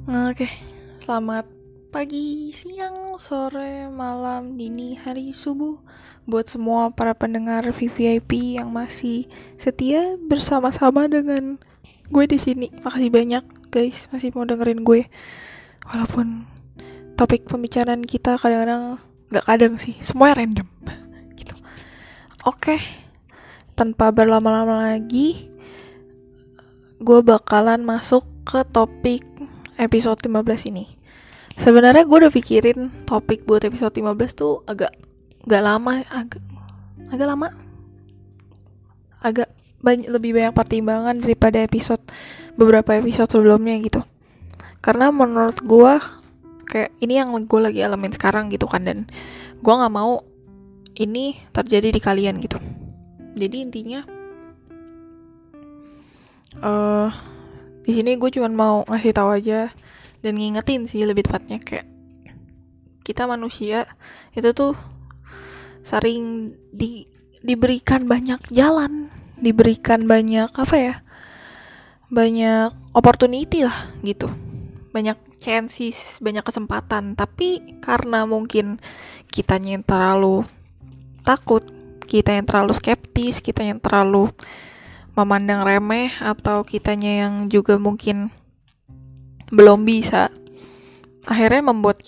Oke, selamat pagi, siang, sore, malam, dini, hari, subuh buat semua para pendengar VVIP yang masih setia bersama-sama dengan gue di sini. Makasih banyak guys masih mau dengerin gue. Walaupun topik pembicaraan kita kadang-kadang nggak kadang sih, semuanya random gitu. Oke, tanpa berlama-lama lagi, gue bakalan masuk ke topik episode 15 ini. Sebenarnya gue udah pikirin topik buat episode 15 tuh agak lebih banyak pertimbangan daripada beberapa episode sebelumnya gitu. Karena menurut gue kayak ini yang gue lagi alamin sekarang gitu kan, dan gue nggak mau ini terjadi di kalian gitu. Jadi intinya di sini gue cuma mau ngasih tahu aja dan ngingetin sih, lebih tepatnya kayak kita manusia itu tuh sering diberikan banyak jalan, diberikan banyak banyak opportunity lah gitu, banyak chances, banyak kesempatan. Tapi karena mungkin kitanya yang terlalu takut, kita yang terlalu skeptis, kita yang terlalu memandang remeh, atau kitanya yang juga mungkin belum bisa, akhirnya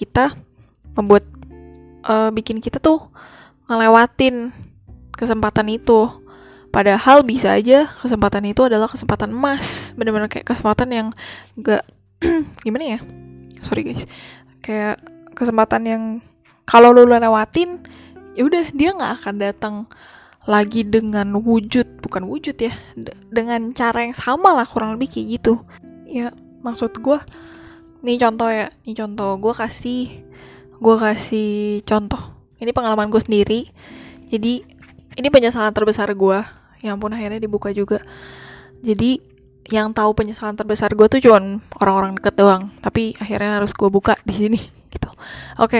bikin kita tuh ngelewatin kesempatan itu. Padahal bisa aja kesempatan itu adalah kesempatan emas, bener-bener kayak kesempatan yang gak gimana ya, sorry guys, kayak kesempatan yang kalau lu lewatin ya udah, dia nggak akan datang lagi dengan bukan wujud ya, dengan cara yang sama lah, kurang lebih kayak gitu ya. Maksud gue, nih contoh gue kasih contoh, ini pengalaman gue sendiri. Jadi ini penyesalan terbesar gue, ya ampun akhirnya dibuka juga. Jadi yang tahu penyesalan terbesar gue tuh cuman orang-orang deket doang, tapi akhirnya harus gue buka di sini gitu. Oke.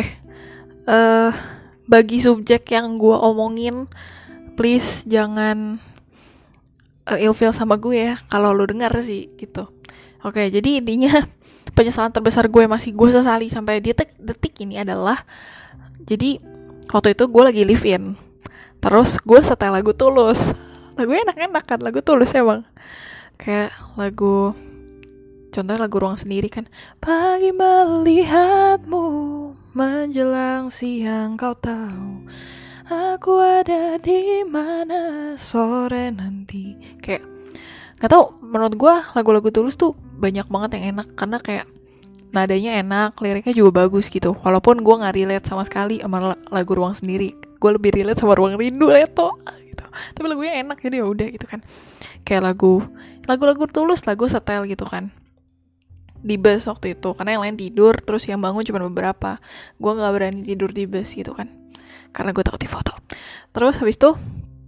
Bagi subjek yang gue omongin, please jangan ilfeel sama gue ya kalau lu dengar sih gitu. Oke, jadi intinya penyesalan terbesar gue masih gue sesali sampai detik ini adalah, jadi waktu itu gue lagi live in, terus gue setel lagu Tulus. Lagu enak-enak kan, lagu Tulus emang kayak lagu, contohnya lagu Ruang Sendiri kan, pagi melihatmu menjelang siang, kau tahu aku ada di mana sore nanti. Kayak nggak tau, menurut gue lagu-lagu Tulus tuh banyak banget yang enak karena kayak nadanya enak, liriknya juga bagus gitu. Walaupun gue nggak relate sama sekali sama lagu Ruang Sendiri, gue lebih relate sama Ruang Rindu Leto gitu. Tapi lagunya enak jadi ya udah gitu kan. Kayak lagu-lagu Tulus, lagu setel gitu kan di bus waktu itu, karena yang lain tidur, terus yang bangun cuma beberapa. Gue nggak berani tidur di bus gitu kan, karena gue takut difoto. Terus habis itu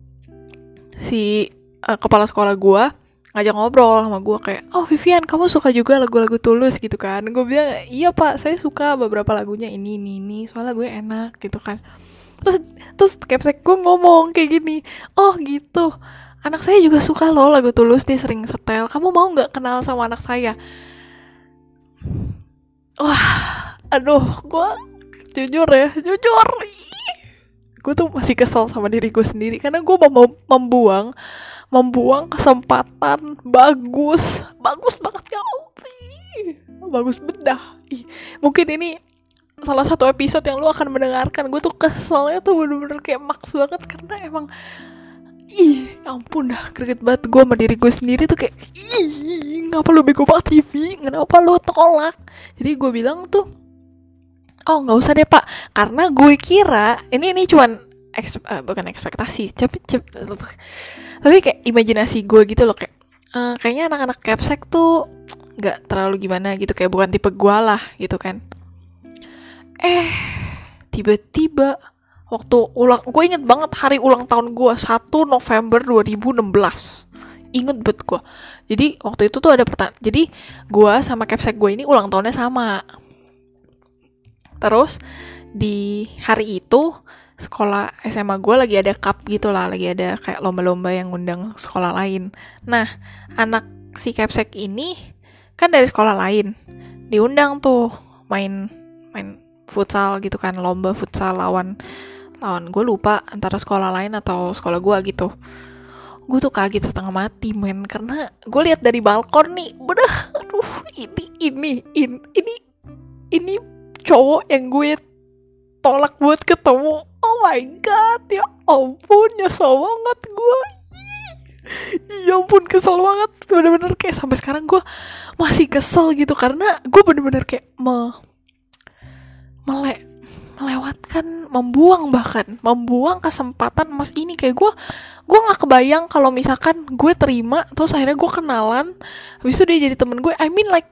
si kepala sekolah gue ngajak ngobrol sama gue kayak, oh Vivian, kamu suka juga lagu-lagu Tulus gitu kan. Gue bilang, iya pak, saya suka beberapa lagunya ini soalnya gue enak gitu kan. Terus capsek gue ngomong kayak gini, oh gitu, anak saya juga suka loh lagu Tulus, dia sering setel, kamu mau nggak kenal sama anak saya? Wah, aduh, gue jujur gue tuh masih kesel sama diri gue sendiri karena gue mau membuang kesempatan bagus banget ya, bagus bedah. Mungkin ini salah satu episode yang lu akan mendengarkan. Gue tuh keselnya tuh bener-bener kayak maks banget karena emang ampun dah, greget banget gue sama diri gue sendiri tuh kayak, ngapa lu bego banget TV, kenapa lu tolak. Jadi gue bilang tuh, oh nggak usah deh pak, karena gue kira ini cuman bukan ekspektasi, tapi kayak imajinasi gue gitu loh, kayak kayaknya anak-anak capsek tuh nggak terlalu gimana gitu, kayak bukan tipe gue lah gitu kan. Tiba-tiba waktu gue inget banget hari ulang tahun gue 1 November 2016, inget banget gue. Jadi waktu itu tuh ada jadi gue sama capsek gue ini ulang tahunnya sama. Terus di hari itu sekolah SMA gue lagi ada cup gitu lah, lagi ada kayak lomba-lomba yang ngundang sekolah lain. Nah, anak si capsek ini kan dari sekolah lain, diundang tuh main futsal gitu kan, lomba futsal lawan gue lupa antara sekolah lain atau sekolah gue gitu. Gue tuh kaget setengah mati men, karena gue lihat dari balkon nih, bener, aduh ini cowok yang gue tolak buat ketemu. Oh my god, ya ampun, nyesel banget gue. Ya ampun, kesel banget, bener-bener kayak sampai sekarang gue masih kesel gitu, karena gue bener-bener kayak melewatkan, membuang kesempatan emas ini. Kayak gue nggak kebayang kalau misalkan gue terima terus akhirnya gue kenalan, habis itu dia jadi temen gue. I mean like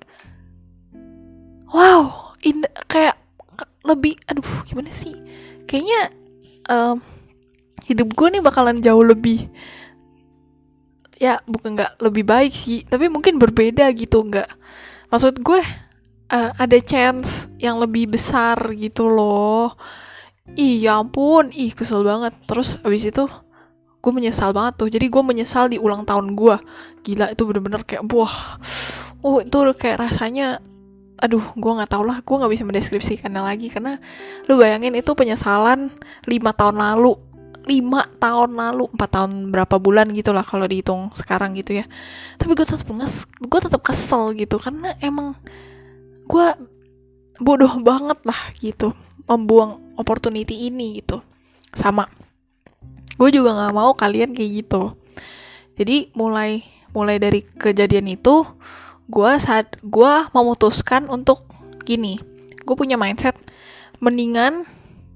wow, kayak lebih, aduh gimana sih, kayaknya hidup gue nih bakalan jauh lebih, ya bukan nggak lebih baik sih, tapi mungkin berbeda gitu. Nggak, maksud gue ada chance yang lebih besar gitu loh. Ya ampun, kesel banget. Terus abis itu gue menyesal banget tuh. Jadi gue menyesal di ulang tahun gue. Gila, itu bener-bener kayak wah, itu kayak rasanya, aduh gue gak tau lah, gue gak bisa mendeskripsikannya lagi. Karena lu bayangin itu penyesalan 5 tahun lalu, 4 tahun berapa bulan gitu lah kalau dihitung sekarang gitu ya. Tapi gue tetap kesel gitu, karena emang gue bodoh banget lah gitu, membuang opportunity ini gitu. Sama gue juga nggak mau kalian kayak gitu. Jadi mulai dari kejadian itu, gue memutuskan untuk gini. Gue punya mindset mendingan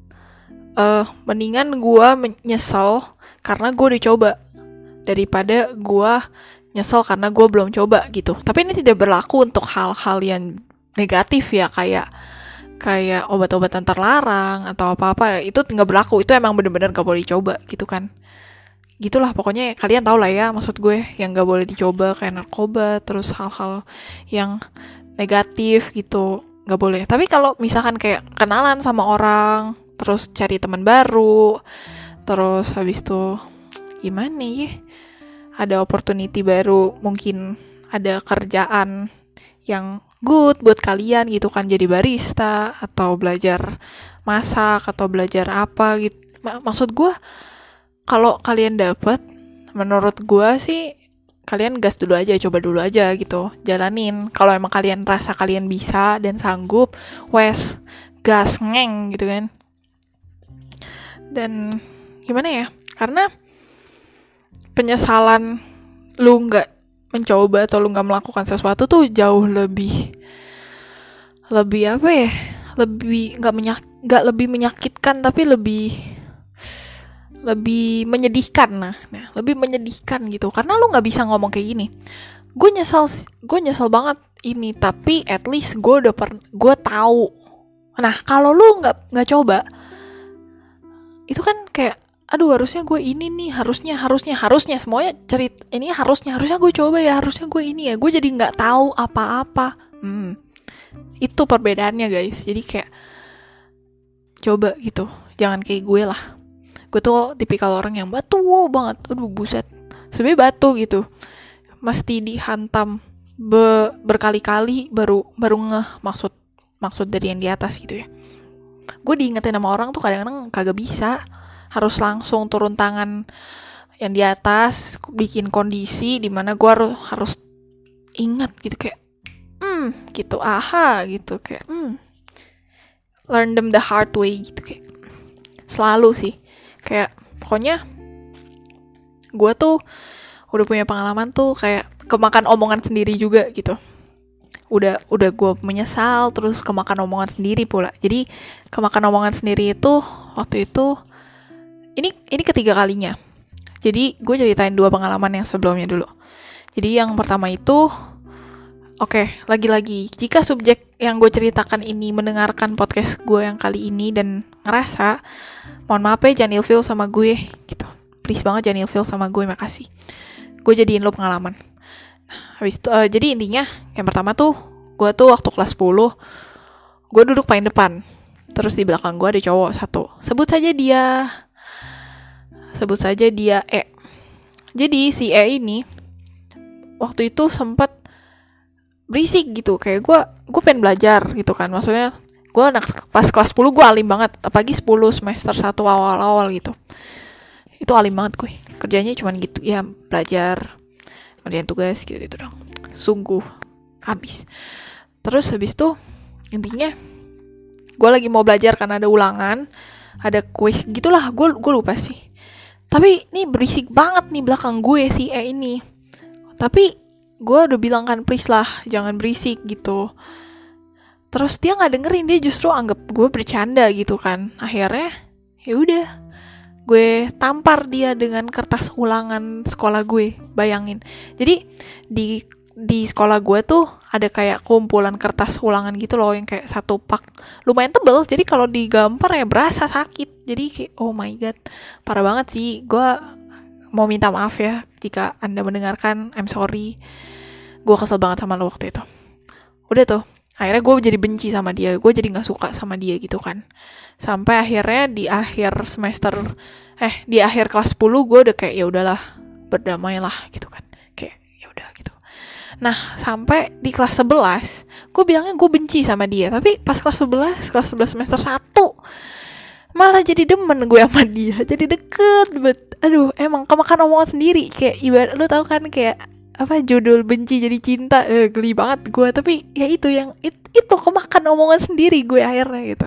gue menyesal karena gue udah coba, daripada gue nyesel karena gue belum coba gitu. Tapi ini tidak berlaku untuk hal-hal yang negatif ya, kayak obat-obatan terlarang atau apa-apa, itu nggak berlaku. Itu emang bener-bener gak boleh dicoba gitu kan. Gitulah pokoknya, kalian tau lah ya maksud gue, yang gak boleh dicoba kayak narkoba, terus hal-hal yang negatif gitu gak boleh. Tapi kalau misalkan kayak kenalan sama orang, terus cari teman baru, terus habis itu gimana ya, ada opportunity baru, mungkin ada kerjaan yang good buat kalian gitu kan, jadi barista atau belajar masak atau belajar apa gitu. Maksud gue, kalau kalian dapat, menurut gue sih kalian gas dulu aja, coba dulu aja gitu, jalanin. Kalau emang kalian rasa kalian bisa dan sanggup, wes gas ngeng gitu kan. Dan gimana ya, karena penyesalan lu nggak mencoba atau lu nggak melakukan sesuatu tuh jauh lebih apa ya, lebih nggak lebih menyakitkan, tapi lebih menyedihkan. Nah lebih menyedihkan gitu, karena lu nggak bisa ngomong kayak gini, gue nyesel banget ini, tapi at least gue tahu. Nah kalau lu nggak coba, itu kan kayak, aduh harusnya gue ini nih, harusnya semuanya cerita ini, harusnya gue coba ya, harusnya gue ini ya, gue jadi nggak tahu apa-apa. Itu perbedaannya guys. Jadi kayak coba gitu, jangan kayak gue lah. Gue tuh tipikal orang yang batu banget, aduh buset, sebenarnya batu gitu, mesti dihantam berkali-kali baru ngeh maksud dari yang di atas gitu ya. Gue diingetin sama orang tuh kadang-kadang kagak bisa, harus langsung turun tangan yang di atas, bikin kondisi dimana gue harus ingat gitu, kayak gitu, gitu, kayak learn them the hard way gitu, kayak selalu sih. Kayak pokoknya gue tuh udah punya pengalaman tuh kayak kemakan omongan sendiri juga gitu. Udah gue menyesal, terus kemakan omongan sendiri pula. Jadi kemakan omongan sendiri itu waktu itu, ini ketiga kalinya. Jadi gue ceritain 2 pengalaman yang sebelumnya dulu. Jadi yang pertama itu, lagi-lagi jika subjek yang gue ceritakan ini mendengarkan podcast gue yang kali ini dan ngerasa, mohon maaf ya, jangan ilfeel sama gue gitu. Please banget jangan ilfeel sama gue, makasih. Gue jadiin lo pengalaman. Habis itu, jadi intinya yang pertama tuh, gue tuh waktu kelas 10, gue duduk paling depan. Terus di belakang gue ada cowok satu. Sebut saja dia E. Jadi si E ini waktu itu sempat berisik gitu. Kayak gue pengen belajar gitu kan, maksudnya gue pas kelas 10 gue alim banget, apalagi 10 semester 1 awal-awal gitu, itu alim banget gue. Kerjanya cuman gitu ya, belajar, kerjaan tugas gitu dong, sungguh habis. Terus habis itu intinya gue lagi mau belajar karena ada ulangan, ada kuis gitulah, gue lupa sih. Tapi ini berisik banget nih belakang gue si ini. Tapi gue udah bilang kan, please lah jangan berisik gitu. Terus dia nggak dengerin, dia justru anggap gue bercanda gitu kan. Akhirnya ya udah, gue tampar dia dengan kertas ulangan sekolah gue. Bayangin. Jadi di sekolah gue tuh ada kayak kumpulan kertas ulangan gitu loh, yang kayak satu pak, lumayan tebel. Jadi kalau digampar ya berasa sakit. Jadi kayak oh my god, parah banget sih. Gue mau minta maaf ya jika Anda mendengarkan, I'm sorry. Gue kesel banget sama lo waktu itu. Udah tuh, akhirnya gue jadi benci sama dia, gue jadi nggak suka sama dia gitu kan. Sampai akhirnya di akhir semester, di akhir kelas 10 gue udah kayak ya udahlah, berdamailah gitu kan, kayak ya udah gitu. Nah sampai di kelas 11 gue bilangnya gue benci sama dia, tapi pas kelas 11 semester 1 malah jadi demen gue sama dia, jadi deket bet. Aduh, emang kemakan omongan sendiri. Kayak ibarat lu tahu kan kayak apa judul benci jadi cinta, geli banget gue. Tapi ya itu yang itu kemakan omongan sendiri gue akhirnya gitu.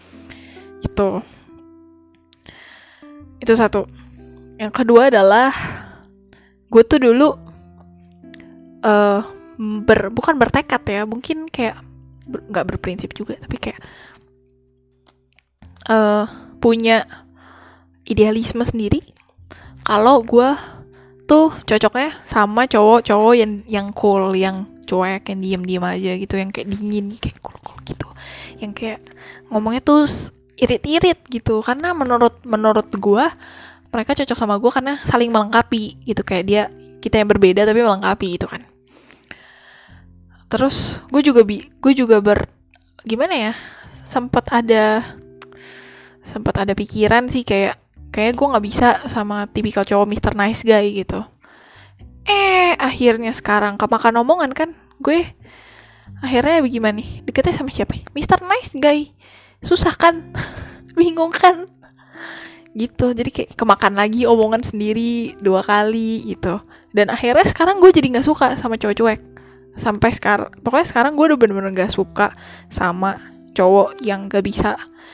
Itu satu. Yang kedua adalah gue tuh dulu bukan bertekad ya, mungkin kayak nggak berprinsip juga, tapi kayak punya idealisme sendiri kalau gue tuh cocoknya sama cowok-cowok yang cool, yang cuek, yang diem-diem aja gitu, yang kayak dingin, kayak cool gitu, yang kayak ngomongnya tuh irit-irit gitu. Karena menurut gue mereka cocok sama gue karena saling melengkapi gitu, kayak kita yang berbeda tapi melengkapi gitu kan. Terus gue juga gimana ya, sempat ada pikiran sih kayak gue nggak bisa sama tipikal cowok Mr. Nice Guy gitu. Akhirnya sekarang kemakan omongan kan gue. Akhirnya bagaimana nih, deketnya sama siapa? Mr. Nice Guy. Susah kan? Bingung kan? Gitu. Jadi kayak kemakan lagi omongan sendiri 2 kali gitu. Dan akhirnya sekarang gue jadi nggak suka sama cowok cuek. Sampai sekarang, pokoknya sekarang gue udah bener-bener nggak suka sama cowok yang nggak bisa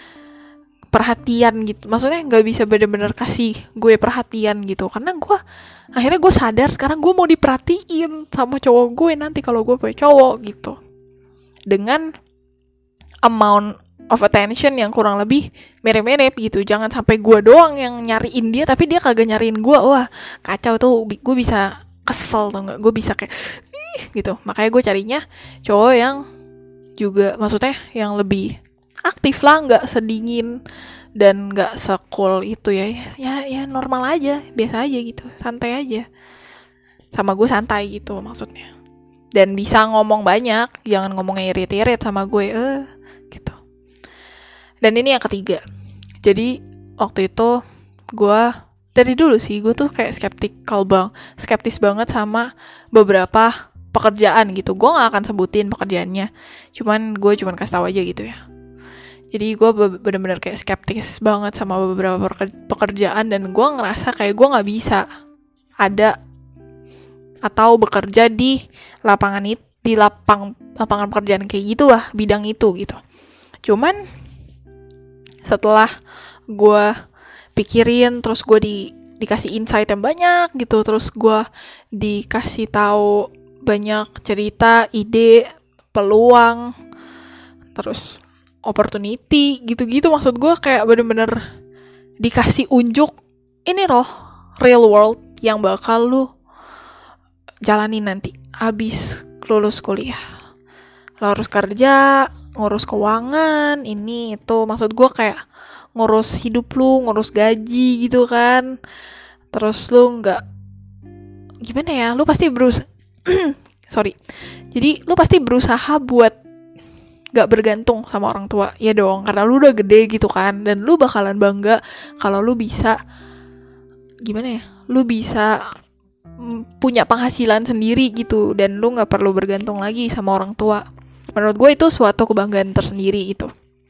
perhatian gitu. Maksudnya nggak bisa bener-bener kasih gue perhatian gitu. Karena akhirnya gue sadar sekarang gue mau diperhatiin sama cowok gue nanti kalau gue punya cowok gitu, dengan amount of attention yang kurang lebih mirip-mirip gitu. Jangan sampai gue doang yang nyariin dia tapi dia kagak nyariin gue. Wah kacau tuh, gue bisa kesel tuh nggak, gue bisa kayak gitu. Makanya gue carinya cowok yang juga, maksudnya yang lebih aktif lah, nggak sedingin dan nggak se-cool itu ya normal aja, biasa aja gitu, santai aja sama gue, santai gitu maksudnya. Dan bisa ngomong banyak, jangan ngomongnya irit-irit sama gue gitu. Dan ini yang ketiga. Jadi waktu itu gue dari dulu sih gue tuh kayak skeptis banget sama beberapa pekerjaan gitu. Gue nggak akan sebutin pekerjaannya, gue kasih tahu aja gitu ya. Jadi gue bener-bener kayak skeptis banget sama beberapa pekerjaan, dan gue ngerasa kayak gue nggak bisa ada atau bekerja di lapangan lapangan pekerjaan kayak gitu lah, bidang itu gitu. Cuman setelah gue pikirin, terus gue dikasih insight yang banyak gitu, terus gue dikasih tahu banyak cerita, ide, peluang, terus opportunity gitu-gitu. Maksud gue kayak bener-bener dikasih unjuk ini loh, real world yang bakal lu jalani nanti abis lulus kuliah. Lo harus kerja, ngurus keuangan, ini itu. Maksud gue kayak ngurus hidup lu, ngurus gaji gitu kan. Terus lu gak, gimana ya, lu pasti jadi lu pasti berusaha buat gak bergantung sama orang tua, ya dong, karena lu udah gede gitu kan. Dan lu bakalan bangga kalau lu bisa, gimana ya, lu bisa punya penghasilan sendiri gitu, dan lu nggak perlu bergantung lagi sama orang tua. Menurut gue itu suatu kebanggaan tersendiri itu.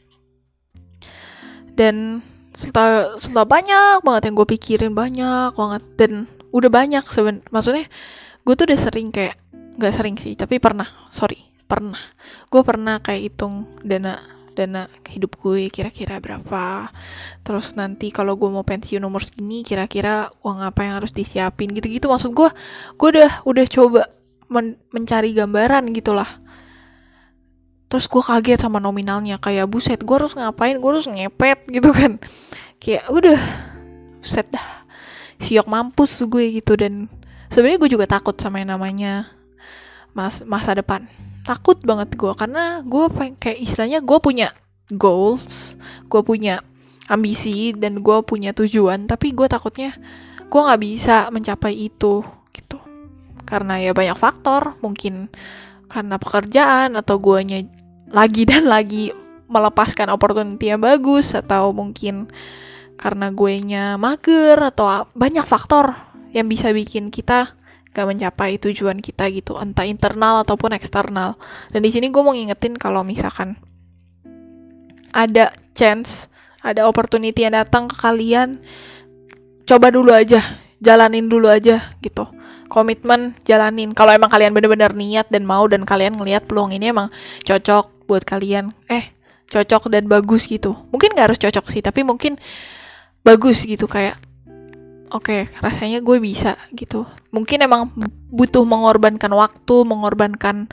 Dan setelah banyak banget yang gue pikirin, banyak banget, dan udah banyak maksudnya gue tuh udah sering kayak, nggak sering sih tapi pernah gue pernah kayak hitung dana hidup gue kira-kira berapa, terus nanti kalau gue mau pensiun umur segini kira-kira uang apa yang harus disiapin gitu-gitu. Maksud gue udah coba mencari gambaran gitulah. Terus gue kaget sama nominalnya, kayak buset, gue harus ngapain, gue harus ngepet gitu kan, kayak udah buset dah, siok mampus gue gitu. Dan sebenarnya gue juga takut sama yang namanya masa depan, takut banget gue, karena gue kayak istilahnya gue punya goals, gue punya ambisi, dan gue punya tujuan, tapi gue takutnya gue nggak bisa mencapai itu gitu, karena ya banyak faktor, mungkin karena pekerjaan, atau guanya lagi dan lagi melepaskan opportunity yang bagus, atau mungkin karena guenya mager, atau banyak faktor yang bisa bikin kita gak mencapai tujuan kita gitu, entah internal ataupun eksternal. Dan di sini gue mau ngingetin kalau misalkan ada chance, ada opportunity yang datang ke kalian, coba dulu aja, jalanin dulu aja gitu. Komitmen, jalanin. Kalau emang kalian benar-benar niat dan mau, dan kalian ngelihat peluang ini emang cocok buat kalian, cocok dan bagus gitu. Mungkin gak harus cocok sih, tapi mungkin bagus gitu, kayak oke, rasanya gue bisa gitu. Mungkin emang butuh mengorbankan waktu, mengorbankan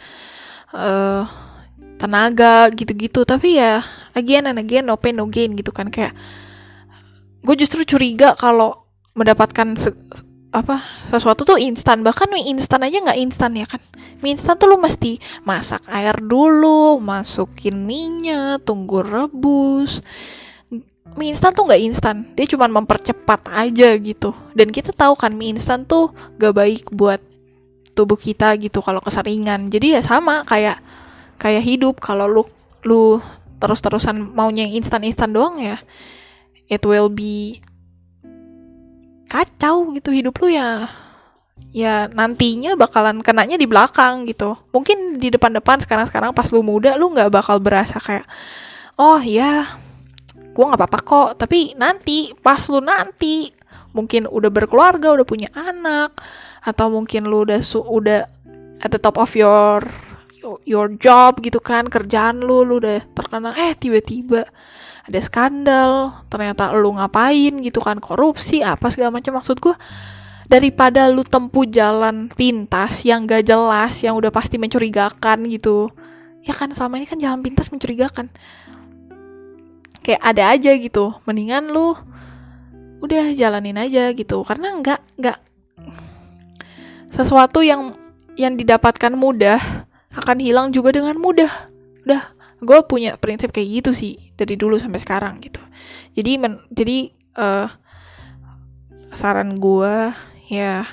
tenaga gitu-gitu, tapi ya again and again, no pain no gain gitu kan. Kayak gue justru curiga kalau mendapatkan sesuatu tuh instan. Bahkan mie instan aja nggak instan ya kan. Mie instan tuh lu mesti masak air dulu, masukin minyak, tunggu rebus. Mie instan tuh nggak instan, dia cuma mempercepat aja gitu. Dan kita tahu kan mie instan tuh gak baik buat tubuh kita gitu kalau keseringan. Jadi ya sama kayak hidup, kalau lu terus-terusan maunya yang instan doang, ya it will be kacau gitu hidup lu, ya nantinya bakalan kenanya di belakang gitu. Mungkin di depan sekarang pas lu muda lu nggak bakal berasa kayak oh ya gue nggak apa-apa kok, tapi pas lu mungkin udah berkeluarga, udah punya anak, atau mungkin lu udah at the top of your job gitu kan, kerjaan lu udah terkenal, tiba-tiba ada skandal, ternyata lu ngapain gitu kan, korupsi apa segala macam. Maksud gue, daripada lu tempuh jalan pintas yang gak jelas, yang udah pasti mencurigakan gitu, ya kan, selama ini kan jalan pintas mencurigakan, kayak ada aja gitu, mendingan lu udah jalanin aja gitu. Karena nggak sesuatu yang didapatkan mudah akan hilang juga dengan mudah. Udah, gue punya prinsip kayak gitu sih dari dulu sampai sekarang gitu. Jadi saran gue ya,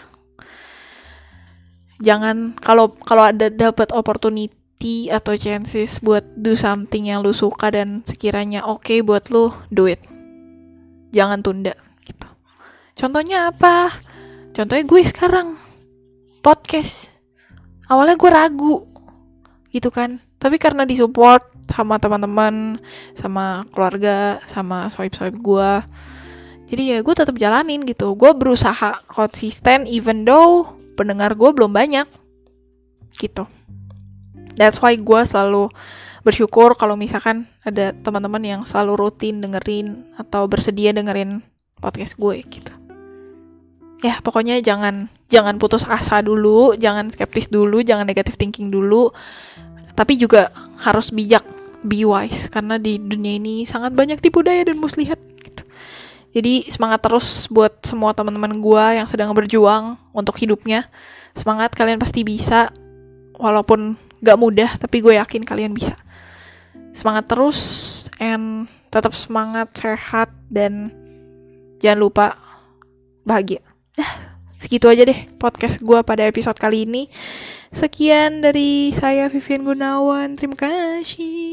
jangan kalau ada dapat opportunity atau chances buat do something yang lu suka dan sekiranya oke buat lu, do it. Jangan tunda gitu. Contohnya apa? Contohnya gue sekarang podcast. Awalnya gue ragu gitu kan, tapi karena disupport sama teman-teman, sama keluarga, sama sohib-sohib gue, jadi ya gue tetap jalanin gitu. Gue berusaha konsisten even though pendengar gue belum banyak gitu. That's why gue selalu bersyukur kalau misalkan ada teman-teman yang selalu rutin dengerin atau bersedia dengerin podcast gue gitu. Ya pokoknya jangan putus asa dulu, jangan skeptis dulu, jangan negative thinking dulu, tapi juga harus bijak, be wise, karena di dunia ini sangat banyak tipu daya dan muslihat gitu. Jadi semangat terus buat semua teman-teman gue yang sedang berjuang untuk hidupnya. Semangat, kalian pasti bisa, walaupun gak mudah, tapi gue yakin kalian bisa. Semangat terus, and tetap semangat, sehat, dan jangan lupa bahagia. Segitu aja deh podcast gue pada episode kali ini. Sekian dari saya, Vivian Gunawan. Terima kasih.